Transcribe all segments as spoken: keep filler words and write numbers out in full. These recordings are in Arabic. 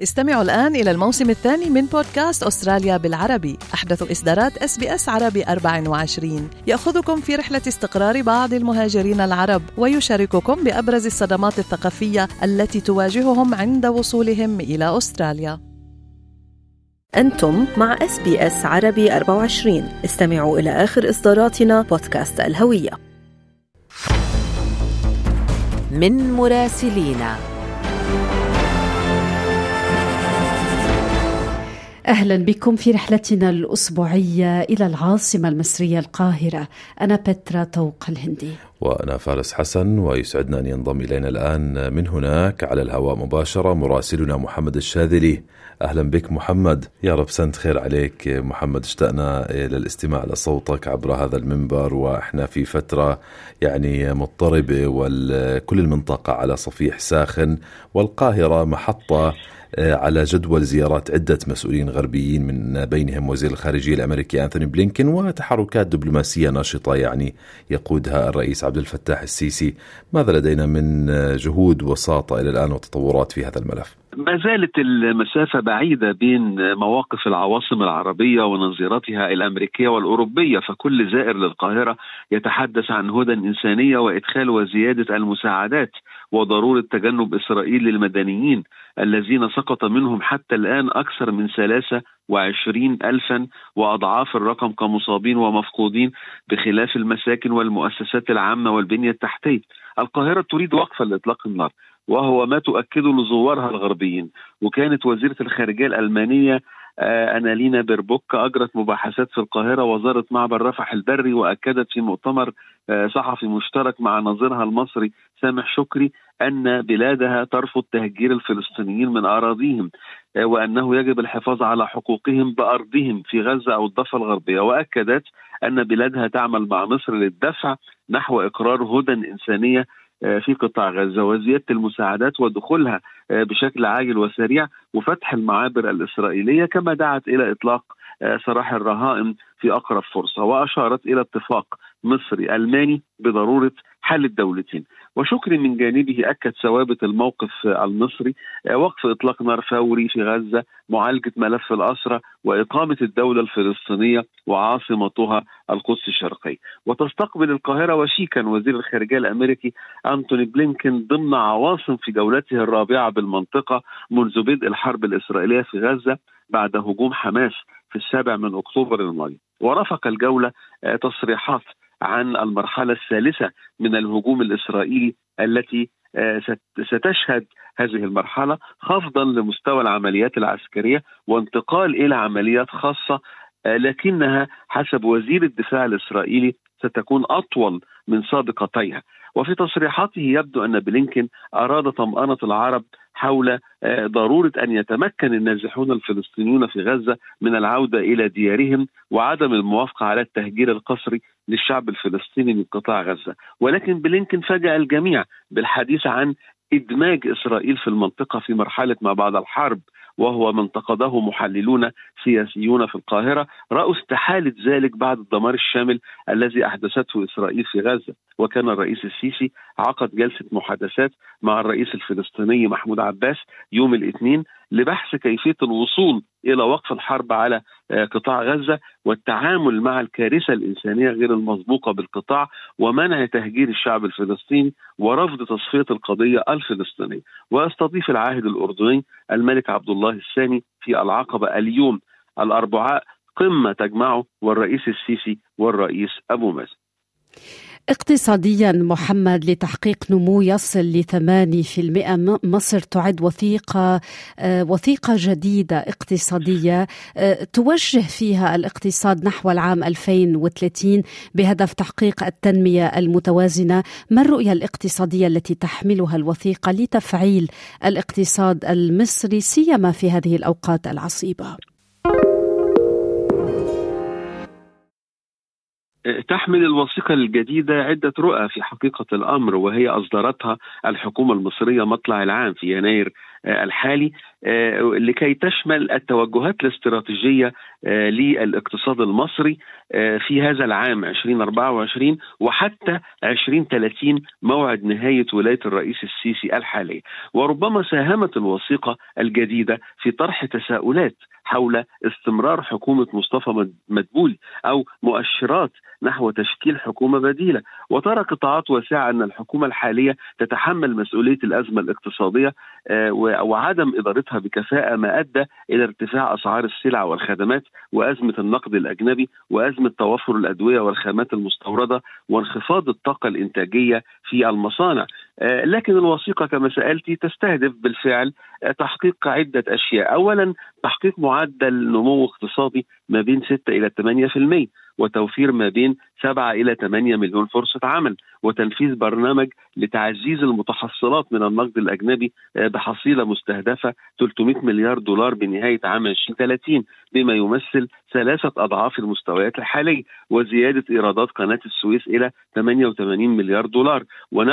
استمعوا الآن إلى الموسم الثاني من بودكاست أستراليا بالعربي، أحدث إصدارات إس بي إس عربي أربعة وعشرين، يأخذكم في رحلة استقرار بعض المهاجرين العرب ويشارككم بأبرز الصدمات الثقافية التي تواجههم عند وصولهم إلى أستراليا. أنتم مع إس بي إس عربي أربعة وعشرين. استمعوا إلى آخر إصداراتنا بودكاست الهوية. من مراسلينا. أهلا بكم في رحلتنا الأسبوعية إلى العاصمة المصرية القاهرة. أنا بترا طوق الهندي وأنا فارس حسن، ويسعدنا أن ينضم إلينا الآن من هناك على الهواء مباشرة مراسلنا محمد الشاذلي. أهلا بك محمد، يا رب سنة خير عليك محمد. اشتقنا للاستماع لصوتك عبر هذا المنبر، وإحنا في فترة يعني مضطربة، وكل المنطقة على صفيح ساخن، والقاهرة محطة على جدول زيارات عدة مسؤولين غربيين من بينهم وزير الخارجية الأمريكي أنتوني بلينكين، وتحركات دبلوماسية ناشطة يعني يقودها الرئيس عبد الفتاح السيسي. ماذا لدينا من جهود وساطة إلى الآن وتطورات في هذا الملف؟ ما زالت المسافة بعيدة بين مواقف العواصم العربية ونظيرتها الأمريكية والأوروبية، فكل زائر للقاهرة يتحدث عن هدى إنسانية وإدخال وزيادة المساعدات وضرورة تجنب إسرائيل للمدنيين الذين سقط منهم حتى الآن أكثر من ثلاثة وعشرين ألفا وأضعاف الرقم كمصابين ومفقودين، بخلاف المساكن والمؤسسات العامة والبنية التحتية. القاهرة تريد وقفا لإطلاق النار، وهو ما تؤكده لزوارها الغربيين. وكانت وزيرة الخارجية الألمانية أنالينا بيربوك أجرت مباحثات في القاهرة وزارت معبر رفح البري، وأكدت في مؤتمر صحفي مشترك مع نظيرها المصري سامح شكري أن بلادها ترفض تهجير الفلسطينيين من أراضيهم، وأنه يجب الحفاظ على حقوقهم بأرضهم في غزة أو الضفة الغربية. وأكدت أن بلادها تعمل مع مصر للدفع نحو إقرار هدى إنسانية في قطاع غزة وزيادة المساعدات ودخولها بشكل عاجل وسريع وفتح المعابر الإسرائيلية، كما دعت إلى إطلاق سراح الرهائن في أقرب فرصة، وأشارت إلى اتفاق مصري ألماني بضرورة حل الدولتين. وشكري من جانبه أكد ثوابت الموقف المصري، وقف إطلاق نار فوري في غزة، معالجة ملف الأسرى، وإقامة الدولة الفلسطينية وعاصمتها القدس الشرقي. وتستقبل القاهرة وشيكا وزير الخارجية الأمريكي أنتوني بلينكين ضمن عواصم في جولته الرابعة بالمنطقة منذ بدء الحرب الإسرائيلية في غزة بعد هجوم حماس في السابع من أكتوبر الماضي. ورافق الجولة تصريحات عن المرحلة الثالثة من الهجوم الإسرائيلي التي ستشهد هذه المرحلة خفضا لمستوى العمليات العسكرية وانتقال إلى عمليات خاصة، لكنها حسب وزير الدفاع الإسرائيلي ستكون أطول من سابقتيها. وفي تصريحاته يبدو أن بلينكين أراد طمأنة العرب حول ضرورة أن يتمكن النازحون الفلسطينيون في غزة من العودة إلى ديارهم، وعدم الموافقة على التهجير القسري للشعب الفلسطيني من قطاع غزة. ولكن بلينكين فاجأ الجميع بالحديث عن إدماج إسرائيل في المنطقة في مرحلة ما بعد الحرب، وهو من انتقده محللون سياسيون في القاهرة رأوا استحالة ذلك بعد الدمار الشامل الذي أحدثته إسرائيل في غزة. وكان الرئيس السيسي عقد جلسة محادثات مع الرئيس الفلسطيني محمود عباس يوم الاثنين لبحث كيفية الوصول إلى وقف الحرب على قطاع غزة والتعامل مع الكارثة الإنسانية غير المسبوقة بالقطاع، ومنع تهجير الشعب الفلسطيني ورفض تصفية القضية الفلسطينية. ويستضيف العاهل الأردني الملك عبد الله الثاني في العقبة اليوم الأربعاء قمة تجمعه والرئيس السيسي والرئيس أبو مازن. اقتصاديا محمد، لتحقيق نمو يصل لثمانية في المئة مصر تعد وثيقة وثيقة جديدة اقتصادية توجه فيها الاقتصاد نحو العام ألفين وثلاثين بهدف تحقيق التنمية المتوازنة. ما الرؤية الاقتصادية التي تحملها الوثيقة لتفعيل الاقتصاد المصري سيما في هذه الأوقات العصيبة؟ تحمل الوثيقة الجديدة عدة رؤى في حقيقة الأمر، وهي أصدرتها الحكومة المصرية مطلع العام في يناير الحالي لكي تشمل التوجهات الاستراتيجية للاقتصاد المصري في هذا العام عشرين أربعة وعشرين وحتى عشرين ثلاثين موعد نهاية ولاية الرئيس السيسي الحالية. وربما ساهمت الوثيقة الجديدة في طرح تساؤلات حول استمرار حكومة مصطفى مدبولي أو مؤشرات نحو تشكيل حكومة بديلة، وترى قطاعات واسعة أن الحكومة الحالية تتحمل مسؤولية الأزمة الاقتصادية وعدم إدارتها بكفاءة، ما أدى إلى ارتفاع أسعار السلع والخدمات وأزمة النقد الأجنبي وأزمة توفر الأدوية والخامات المستوردة وانخفاض الطاقة الإنتاجية في المصانع. لكن الوثيقة كما سألتي تستهدف بالفعل تحقيق عدة أشياء. أولا، تحقيق معدل نمو اقتصادي ما بين ستة إلى ثمانية بالمئة وتوفير ما بين سبعة إلى ثمانية مليون فرصة عمل، وتنفيذ برنامج لتعزيز المتحصلات من النقد الأجنبي بحصيلة مستهدفة ثلاثمئة مليار دولار بنهاية عام عشرين ثلاثين، بما يمثل ثلاثة أضعاف المستويات الحالية، وزيادة إيرادات قناة السويس إلى ثمانية وثمانين مليار دولار،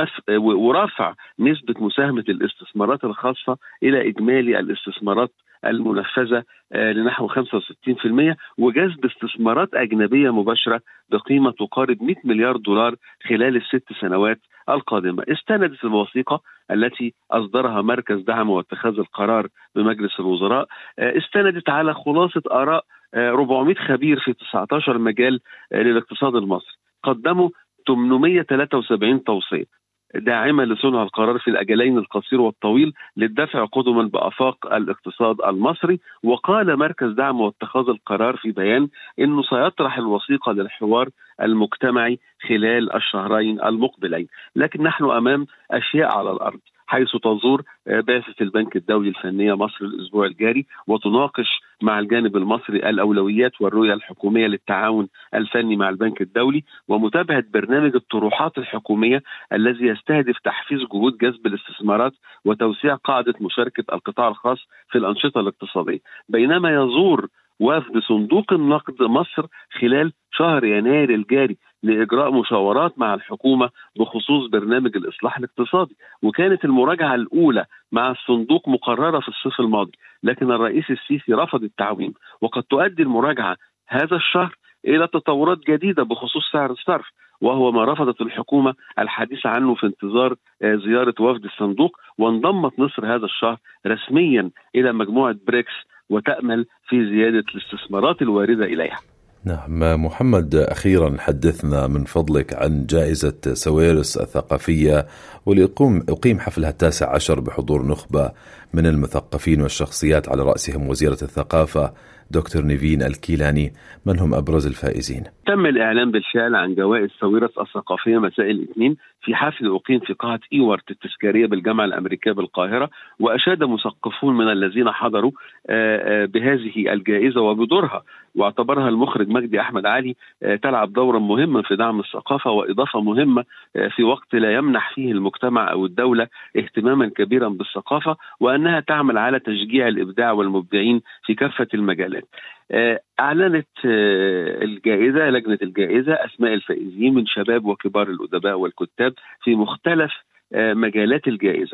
ورفع نسبة مساهمة الاستثمارات الخاصة إلى إجمالي الاستثمارات المنفذة لنحو خمسة وستين بالمئة، وجذب استثمارات أجنبية مباشرة بقيمة تقارب مئة مليار دولار خلال الست سنوات القادمة. استندت الوثيقة التي أصدرها مركز دعم واتخاذ القرار بمجلس الوزراء استندت على خلاصة آراء أربعمئة خبير في تسعة عشر مجال للاقتصاد المصري، قدموا ثمانمئة وثلاثة وسبعين توصية داعمة لصنع القرار في الأجلين القصير والطويل للدفع قدما بآفاق الاقتصاد المصري. وقال مركز دعم واتخاذ القرار في بيان أنه سيطرح الوثيقة للحوار المجتمعي خلال الشهرين المقبلين. لكن نحن أمام أشياء على الأرض، حيث تزور بعثة البنك الدولي الفنية مصر الأسبوع الجاري وتناقش مع الجانب المصري الأولويات والرؤية الحكومية للتعاون الفني مع البنك الدولي، ومتابعة برنامج الطروحات الحكومية الذي يستهدف تحفيز جهود جذب الاستثمارات وتوسيع قاعدة مشاركة القطاع الخاص في الأنشطة الاقتصادية. بينما يزور وفد صندوق النقد مصر خلال شهر يناير الجاري لإجراء مشاورات مع الحكومة بخصوص برنامج الإصلاح الاقتصادي، وكانت المراجعة الأولى مع الصندوق مقررة في الصيف الماضي، لكن الرئيس السيسي رفض التعويم، وقد تؤدي المراجعة هذا الشهر إلى تطورات جديدة بخصوص سعر الصرف، وهو ما رفضت الحكومة الحديث عنه في انتظار زيارة وفد الصندوق. وانضمت مصر هذا الشهر رسميا إلى مجموعة بريكس وتأمل في زيادة الاستثمارات الواردة إليها. نعم محمد، أخيرا حدثنا من فضلك عن جائزة سويرس الثقافية، واللي أقيم حفلها التاسع عشر بحضور نخبة من المثقفين والشخصيات على رأسهم وزيرة الثقافة دكتور نيفين الكيلاني. من هم أبرز الفائزين؟ تم الإعلان بالفعل عن جوائز سويرس الثقافية مساء الاثنين في حفل أقيم في قاعة إيوارت التذكارية بالجامعة الأمريكية بالقاهرة، وأشاد مثقفون من الذين حضروا بهذه الجائزة وبدورها، واعتبرها المخرج مجدي أحمد علي تلعب دورا مهما في دعم الثقافة وإضافة مهمة في وقت لا يمنح فيه المجتمع أو الدولة اهتماما كبيرا بالثقافة، وأنها تعمل على تشجيع الإبداع والمبدعين في كافة المجالات. أعلنت الجائزة لجنة الجائزة أسماء الفائزين من شباب وكبار الأدباء والكتاب في مختلف مجالات الجائزة،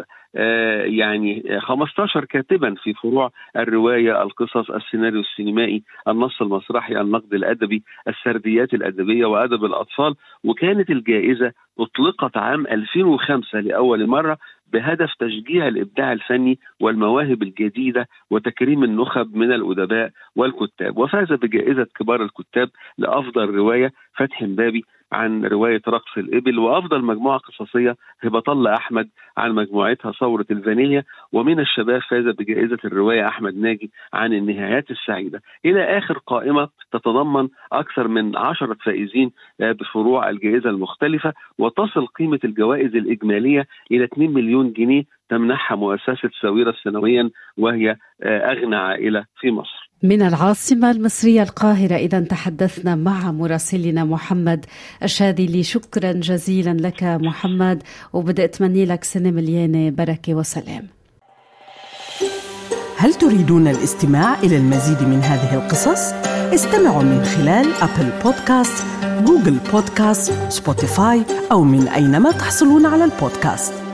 يعني خمسة عشر كاتبا في فروع الرواية، القصص، السيناريو السينمائي، النص المسرحي، النقد الأدبي، السرديات الأدبية وأدب الأطفال. وكانت الجائزة أطلقت عام ألفين وخمسة لأول مرة بهدف تشجيع الإبداع الفني والمواهب الجديدة وتكريم النخب من الأدباء والكتاب. وفاز بجائزة كبار الكتاب لأفضل رواية فتحي مبابي عن رواية رقص الإبل، وأفضل مجموعة قصصية هبة الله أحمد عن مجموعتها ثورة الفانيليا. ومن الشباب فاز بجائزة الرواية أحمد ناجي عن النهايات السعيدة، إلى آخر قائمة تتضمن أكثر من عشرة فائزين بفروع الجائزة المختلفة، وتصل قيمة الجوائز الإجمالية إلى اثنين مليون جنيه تمنحها مؤسسة ساويرس سنويا، وهي أغنى عائلة في مصر. من العاصمة المصرية القاهرة إذا تحدثنا مع مراسلنا محمد الشاذلي. شكرا جزيلا لك محمد، وبدأ أتمنى لك سنة مليانة بركة وسلام. هل تريدون الاستماع إلى المزيد من هذه القصص؟ استمعوا من خلال أبل بودكاست، جوجل بودكاست، سبوتيفاي، أو من أينما تحصلون على البودكاست.